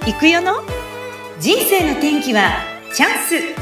行くよの人生の天気はチャンス。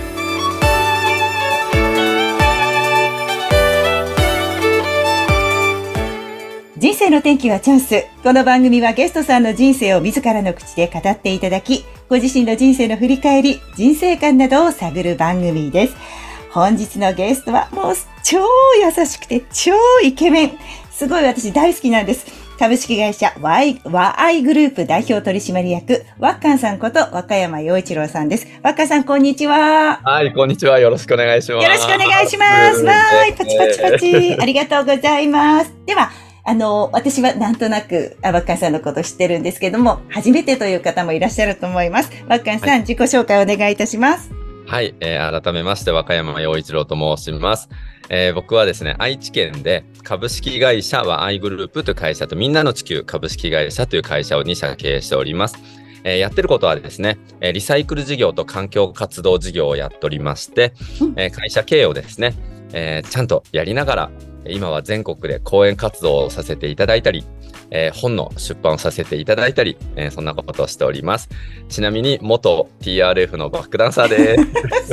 人生の天気はチャンス。この番組はゲストさんの人生を自らの口で語っていただき、ご自身の人生の振り返り、人生観などを探る番組です。本日のゲストはもう超優しくて超イケメン。すごい私大好きなんです。株式会社和愛グループ代表取締役、わっかんさんこと若山陽一郎さんです。わっかんさん、こんにちは。 はい、こんにちは。よろしくお願いします。 よろしくお願いします。わーい、パチパチパチ。ありがとうございます。では、私はなんとなく、わっかんさんのこと知ってるんですけども、初めてという方もいらっしゃると思います。わっかんさん、はい、自己紹介お願いいたします。 はい、改めまして、若山陽一郎と申します。僕はですね、愛知県で株式会社和愛グループという会社とみんなの地球株式会社という会社を2社経営しております。やってることはですね、リサイクル事業と環境活動事業をやっておりまして、会社経営をですね、ちゃんとやりながら、今は全国で講演活動をさせていただいたり、本の出版をさせていただいたり、そんなことをしております。ちなみに元 TRF のバックダンサーです。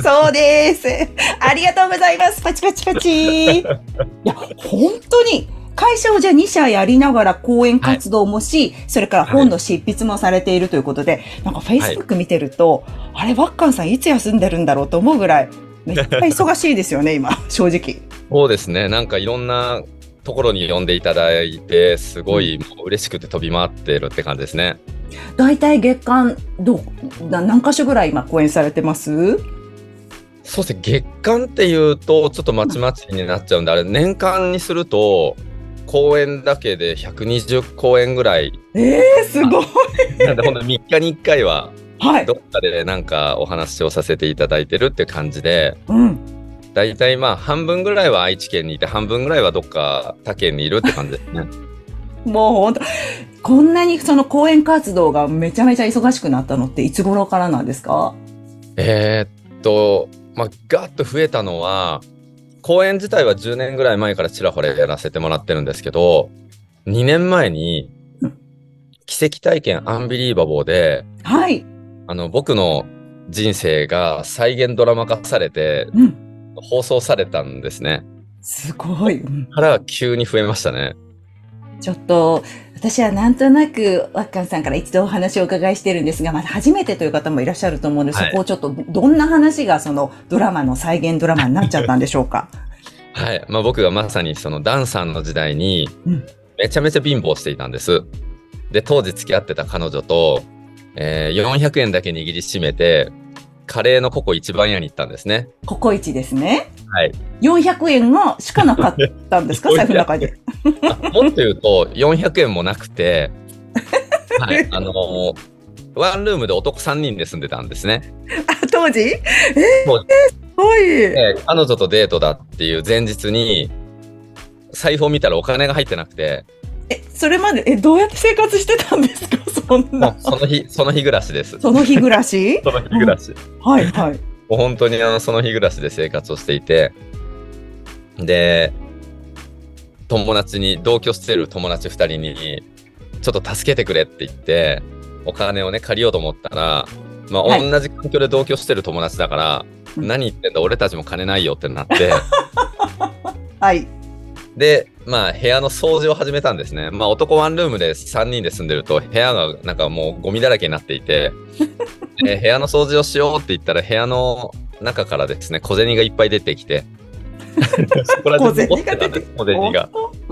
そうです。ありがとうございます。パチパチパチ。いや、本当に会社をじゃあ2社やりながら講演活動もし、はい、それから本の執筆もされているということで、なんか Facebook 見てると、あれ、わっかんさんいつ休んでるんだろうと思うぐらい、めっちゃ忙しいですよね、今、正直。 そうですね。なんかいろんなところに呼んでいただいて、すごいもう嬉しくて飛び回ってるって感じですね。 だいたい月間何箇所ぐらい今講演されてます？ そうですね。月間っていうとちょっとまちまちになっちゃうんで、あれ年間にすると講演だけで120講演ぐらい。 すごい。 なんでほんと3日に1回はどっはかでなんかお話をさせていただいてるって感じで。だいたいまあ半分ぐらいは愛知県にいて半分ぐらいはどっか他県にいるって感じですね。 もう本当こんなにその講演活動がめちゃめちゃ忙しくなったのっていつ頃からなんですか？ まあガッと増えたのは講演自体は10年ぐらい前からちらほらやらせてもらってるんですけど、2年前に奇跡体験アンビリーバボーで、 はい、 僕の人生が再現ドラマ化されて、放送されたんですね。 すごい。 から急に増えましたね。 ちょっと私はなんとなくわっかんさんから一度お話をお伺いしてるんですが、まだ初めてという方もいらっしゃると思うので、そこをちょっとどんな話がそのドラマの再現ドラマになっちゃったんでしょうか？ はい、まあ、僕がまさにそのダンさんの時代にめちゃめちゃ貧乏していたんです。で当時付き合ってた彼女と、400円だけ握りしめてカレーのココ一番屋に行ったんですね。 ココイチですね。 はい。 400円がしかなかったんですか？財布の中で。 もっと言うと400円もなくて、はい、ワンルームで男3人で住んでたんですね。 当時？すごい。 彼女とデートだっていう前日に財布を見たらお金が入ってなくて。 それまでどうやって生活してたんですか？そんな。 その日暮らしです。 その日暮らし？ その日暮らし。 はいはい。 もう本当にその日暮らしで生活をしていて、で同居してる友達2人にちょっと助けてくれって言ってお金をね借りようと思ったら、まあ、同じ環境で同居してる友達だから、何言ってんだ俺たちも金ないよってなってはい。 でまあ部屋の掃除を始めたんですね。まあ男ワンルームで3人で住んでると部屋がなんかもうゴミだらけになっていて部屋の掃除をしようって言ったら部屋の中からですね小銭がいっぱい出てきてそこら中に持ってたんです。小銭が、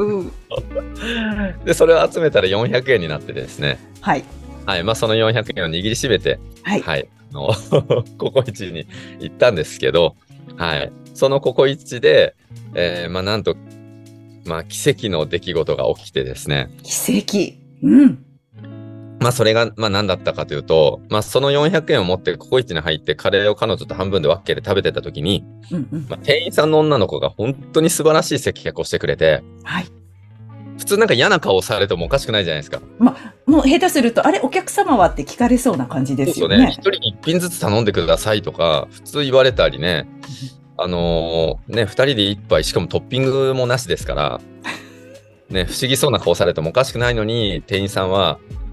でそれを集めたら400円になってですね、はい、はい、まあその400円を握りしめて、はい、はい、ココイチに行ったんですけど、はい、そのココイチで、まあなんとまあ奇跡の出来事が起きてですね。 奇跡。 まあそれがまあ何だったかというと、まあその400円を持ってココイチに入ってカレーを彼女と半分で分けて食べてた時に、まあ、店員さんの女の子が本当に素晴らしい接客をしてくれて、はい、普通なんか嫌な顔されてもおかしくないじゃないですか。まあもう下手するとあれお客様はって聞かれそうな感じですよね。 一人一品ずつ頼んでくださいとか普通言われたりね、ね2人で1杯しかもトッピングもなしですから。ね、不思議そうな顔されてもおかしくないのに店員さんは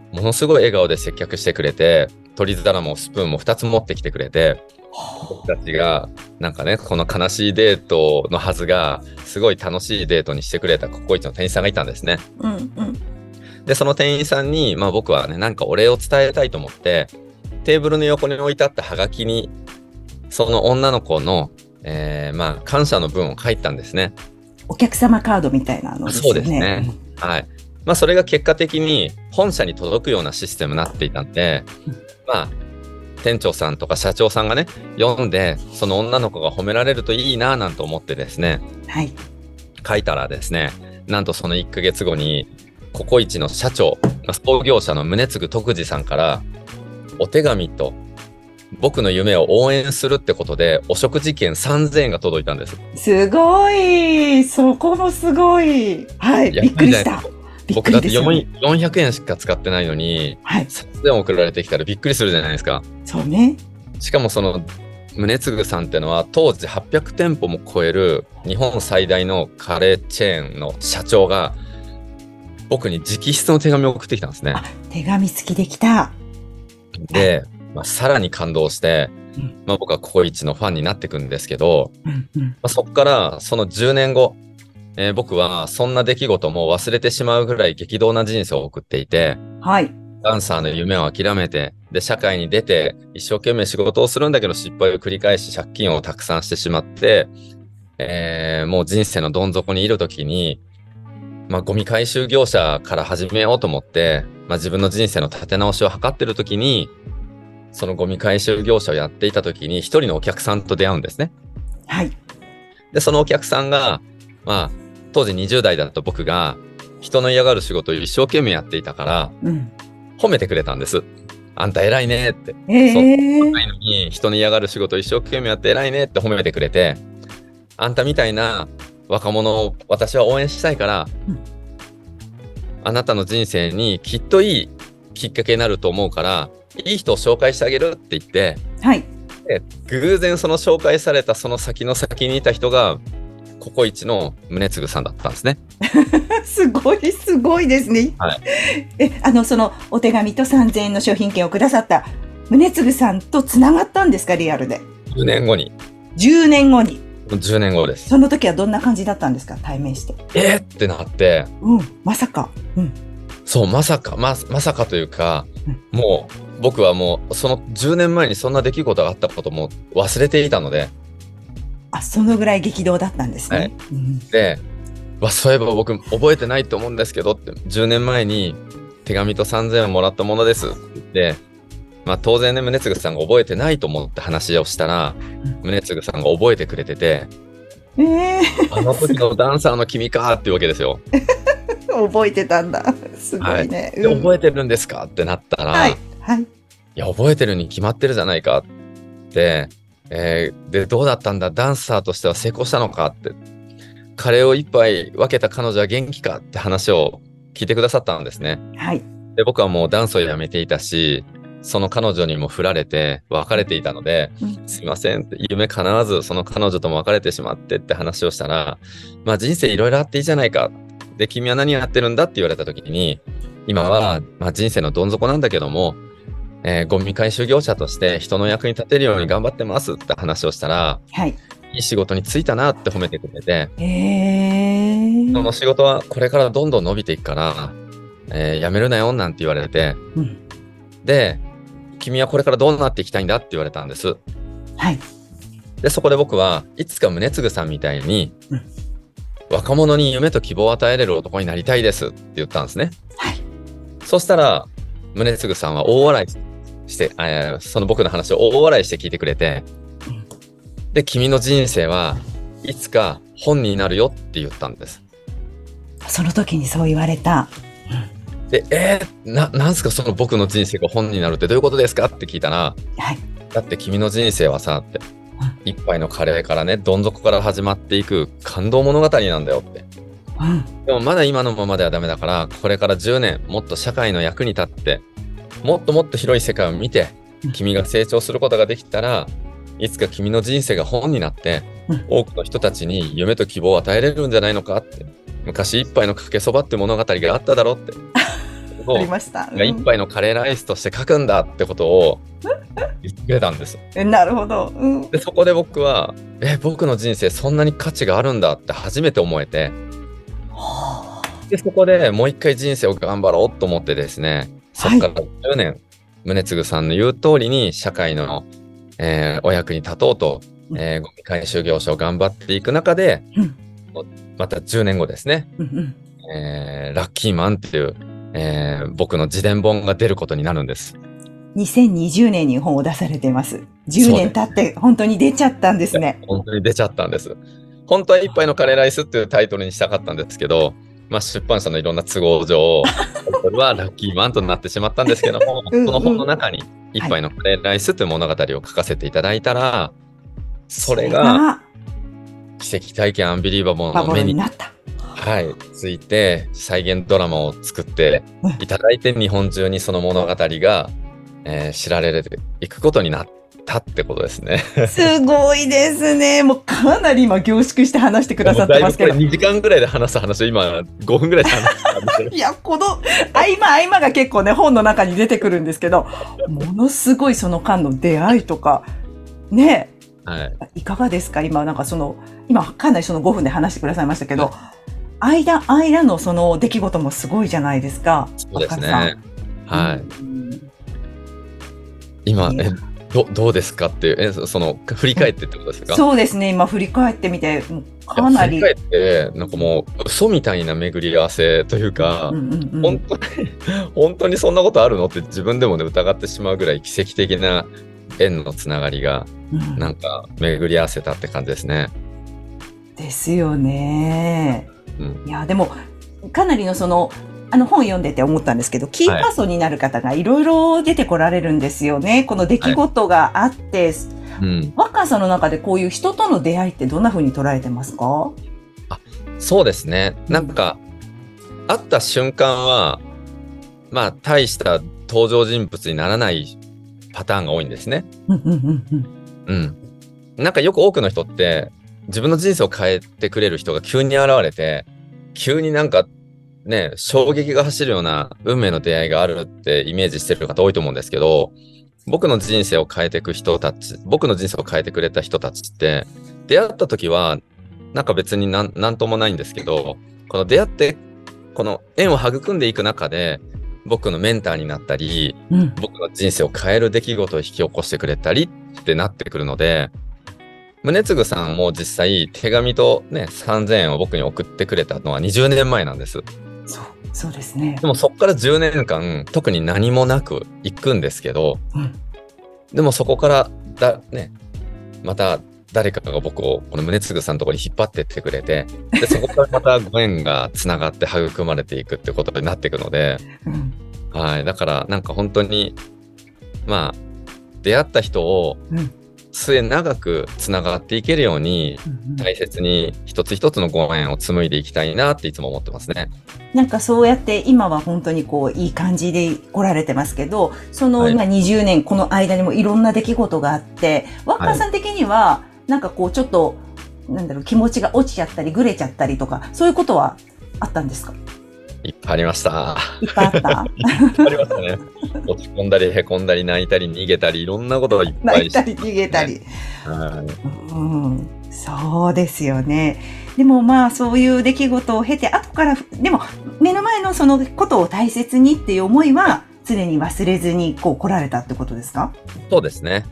ものすごい笑顔で接客してくれて、取り皿もスプーンも2つ持ってきてくれて、僕たちがなんかね、この悲しいデートのはずがすごい楽しいデートにしてくれたココイチの店員さんがいたんですね。 うんうん。 でその店員さんに、僕はね、なんかお礼を伝えたいと思って、テーブルの横に置いてあったハガキにその女の子の、感謝の文を書いたんですね。 お客様カードみたいなのですよね。 そうですね。はい。それが結果的に本社に届くようなシステムになっていたんで、店長さんとか社長さんがね、読んで、その女の子が褒められるといいななんて思ってですね、 はい。 書いたらですね、なんとその1ヶ月後に、ココイチの社長、創業者の宗次徳次さんから、お手紙と、僕の夢を応援するってことで、お食事券3000円が届いたんです。 すごい。そこもすごい。はい。びっくりした。 僕だって400円しか使ってないのに、 はい、 3000円送られてきたらびっくりするじゃないですか。 そうね。 しかもその宗次さんっていうのは当時800店舗も超える日本最大のカレーチェーンの社長が僕に直筆の手紙を送ってきたんですね。 手紙付きできた。 で、さらに感動して、僕はココイチのファンになっていくんですけど、そこからその10年後、僕はそんな出来事も忘れてしまうぐらい激動な人生を送っていて、 はい、 ダンサーの夢を諦めて、で社会に出て一生懸命仕事をするんだけど失敗を繰り返し借金をたくさんしてしまって、もう人生のどん底にいる時に、ゴミ回収業者から始めようと思って、自分の人生の立て直しを図ってる時に、そのゴミ回収業者をやっていた時に一人のお客さんと出会うんですね。 はい。 でそのお客さんが当時20代だった僕が人の嫌がる仕事を一生懸命やっていたから、褒めてくれたんです。あんた偉いねって。そう若いのに人の嫌がる仕事を一生懸命やって偉いねって褒めてくれて、あんたみたいな若者を私は応援したいから、あなたの人生にきっといいきっかけになると思うから、いい人を紹介してあげるって言って、 はい。 で偶然その紹介されたその先の先にいた人がココイチの宗次さんだったんですね。 すごいですね。 はい。 そのお手紙と3000円の商品券をくださった宗次さんとつながったんですか、リアルで。 10年後に。 10年後に。 10年後です。 その時はどんな感じだったんですか、対面して。 ってなって。 まさか。 そう、まさかというか、もう僕はもうその10年前にそんな出来事があったことも忘れていたので。 そのぐらい激動だったんですね。はい。 で、そういえば僕覚えてないと思うんですけどって、10年前に手紙と3000円もらったものですって言って、当然ね、宗次さんが覚えてないと思って話をしたら、宗次さんが覚えてくれてて、あの時のダンサーの君かっていうわけですよ。 覚えてたんだ。すごいね。 で覚えてるんですかってなったら、いや覚えてるに決まってるじゃないかって、でどうだったんだ、ダンサーとしては成功したのかって、カレーを一杯分けた彼女は元気かって話を聞いてくださったんですね。 はい。 で僕はもうダンスをやめていたし、その彼女にも振られて別れていたので、すいませんって夢叶わずその彼女とも別れてしまってって話をしたら、人生いろいろあっていいじゃないか、で君は何やってるんだって言われた時に、今は人生のどん底なんだけども、ゴミ回収業者として人の役に立てるように頑張ってますって話をしたら、いい仕事に就いたなって褒めてくれて、その仕事はこれからどんどん伸びていくから、やめるなよなんて言われて、で君はこれからどうなっていきたいんだって言われたんです。 はい。 でそこで僕はいつか宗次さんみたいに、若者に夢と希望を与えれる男になりたいですって言ったんですね。 はい。 そしたら宗次さんは大笑いして、その僕の話を大笑いして聞いてくれて、で君の人生はいつか本になるよって言ったんです。 その時にそう言われた。 でなんすかその僕の人生が本になるってどういうことですかって聞いたら、だって君の人生はさって、一杯のカレーからね、どん底から始まっていく感動物語なんだよって、でもまだ今のままではダメだから、これから10年もっと社会の役に立って、もっともっと広い世界を見て、君が成長することができたら、いつか君の人生が本になって、多くの人たちに夢と希望を与えれるんじゃないのかって、昔一杯のかけそばって物語があっただろってありました。 一杯のカレーライスとして書くんだってことを言ってくれたんです。 なるほど。 で、そこで僕は、僕の人生そんなに価値があるんだって初めて思えて、で、そこでもう一回人生を頑張ろうと思ってですね、そこから10年、宗次さんの言う通りに社会の、お役に立とうと、ゴミ回収業者を頑張っていく中で、また10年後ですね、ラッキーマンっていう、僕の自伝本が出ることになるんです。 2020年に本を出されています。10年経って本当に出ちゃったんですね。 本当に出ちゃったんです。本当は一杯のカレーライスっていうタイトルにしたかったんですけど、出版社のいろんな都合上、これはラッキーマンとなってしまったんですけども、その本の中に一杯のカレーライスという物語を書かせていただいたら、それが奇跡体験アンビリーバボーの目になった。ついて再現ドラマを作っていただいて、日本中にその物語が、知られていくことになったってことですね。 すごいですね。もうかなり今凝縮して話してくださってますけど。 2時間ぐらいで話す話を今5分ぐらいで話していや、この合間が結構ね、本の中に出てくるんですけど、ものすごいその間の出会いとか、ね、いかがですか？今今かなりその5分で話してくださいましたけど、間のその出来事もすごいじゃないですか。 そうですね。今、どうですかっていう、振り返ってってことですか？ そうですね。今振り返ってみて、かなり。 振り返って、なんかもう、嘘みたいな巡り合わせというか、本当にそんなことあるのって自分でもね、疑ってしまうぐらい奇跡的な縁のつながりが、なんか巡り合わせたって感じですね。 ですよね。いや、でも、かなりの本読んでて思ったんですけど、キーパーソンになる方がいろいろ出てこられるんですよね。この出来事があって、若さの中でこういう人との出会いってどんな風に捉えてますか？ そうですね。なんか、会った瞬間は、大した登場人物にならないパターンが多いんですね。なんかよく多くの人って、自分の人生を変えてくれる人が急に現れて、急になんか、ね、衝撃が走るような運命の出会いがあるってイメージしてる方多いと思うんですけど、僕の人生を変えてくれた人たちって、出会った時は、なんか別になんともないんですけど、この出会って、この縁を育んでいく中で、僕のメンターになったり、僕の人生を変える出来事を引き起こしてくれたりってなってくるので、宗次さんも実際手紙とね、3000円を僕に送ってくれたのは20年前なんです。 そうですね。 でもそこから10年間特に何もなく行くんですけど、でもそこからまた誰かが僕をこの宗次さんのところに引っ張ってってくれて、でそこからまたご縁がつながって育まれていくってことになっていくので、だからなんか本当に出会った人を末長くつながっていけるように、大切に一つ一つのご縁を紡いでいきたいなっていつも思ってますね。 なんかそうやって今は本当にいい感じで来られてますけど、今20年この間にもいろんな出来事があって、若さん的にはなんかちょっと気持ちが落ちちゃったりぐれちゃったりとか、そういうことはあったんですか？ いっぱいありました。 いっぱいあった。 いっぱいありましたね。落ち込んだりへこんだり泣いたり逃げたりいろんなことがいっぱいして、泣いたり逃げたり。そうですよね。でもそういう出来事を経て後からでも目の前のそのことを大切にっていう思いは常に忘れずに来られたってことですか？ そうですね。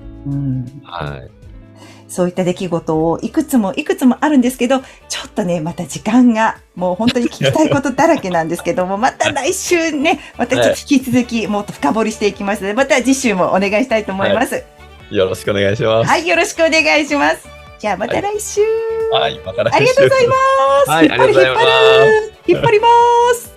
そういった出来事をいくつもあるんですけど、ちょっとね、また時間が、もう本当に聞きたいことだらけなんですけども、また来週ね、またちょっと引き続きもっと深掘りしていきますので、また次週もお願いしたいと思います。 よろしくお願いします。 よろしくお願いします。じゃあまた来週。 また来週。 ありがとうございます。 ありがとうございます。 引っ張ります。